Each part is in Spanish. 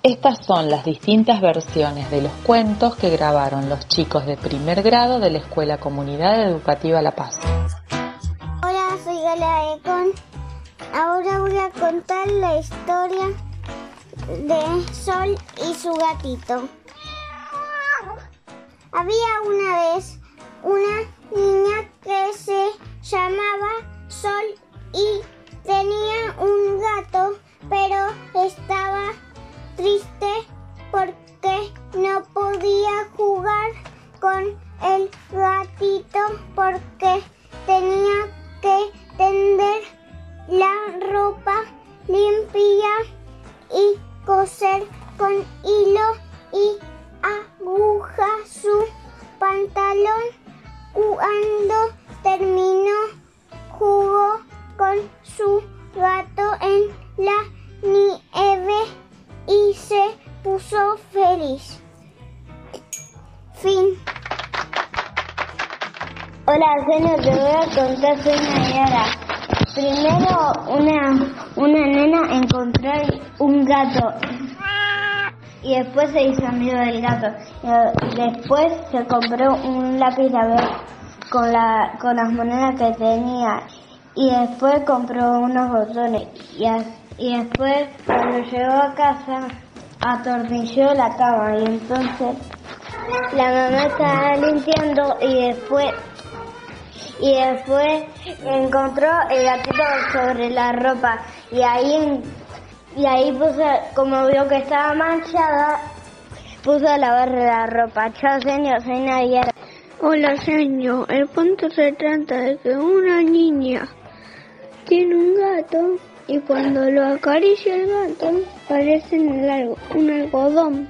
Estas son las distintas versiones de los cuentos que grabaron los chicos de primer grado de la Escuela Comunidad Educativa La Paz. Hola, soy Gala Econ. Ahora voy a contar la historia de Sol y su gatito. Había una vez una niña que se llamaba Sol y tenía un gato, pero estaba triste porque no podía jugar con el gatito porque tenía que tender la ropa, limpiar y coser con hilo y aguja su pantalón. Cuando terminó, jugó con su gato en la nieve y se puso feliz. Fin. Hola, Senio, te voy a contar, soy Nayara. Primero una nena encontró un gato y después se hizo amigo del gato. Y después se compró un lápiz labial con las monedas que tenía y después compró unos botones y después cuando llegó a casa atornilló la cama y entonces la mamá estaba limpiando y después encontró el gatito sobre la ropa y ahí puso, como vio que estaba manchada, puso a lavar la ropa. Chao, señor, soy Nadia. Hola, señor. El cuento se trata de que una niña tiene un gato y cuando lo acaricia el gato parece un algodón.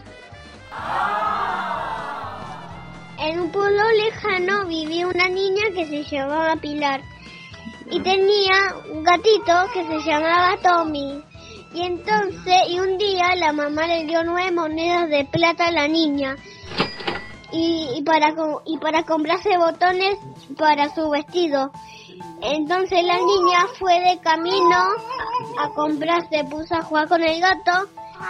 En un pueblo lejano vivía una niña que se llamaba Pilar y tenía un gatito que se llamaba Tommy. Y un día la mamá le dio 9 monedas de plata a la niña y para comprarse botones para su vestido. Entonces la niña fue de camino a comprar, se puso a jugar con el gato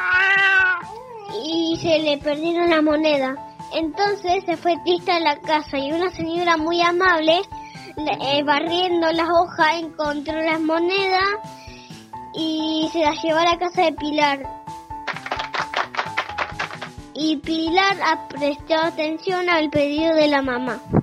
y se le perdieron las monedas. Entonces se fue triste a la casa y una señora muy amable, barriendo las hojas, encontró las monedas y se las llevó a la casa de Pilar. Y Pilar prestó atención al pedido de la mamá.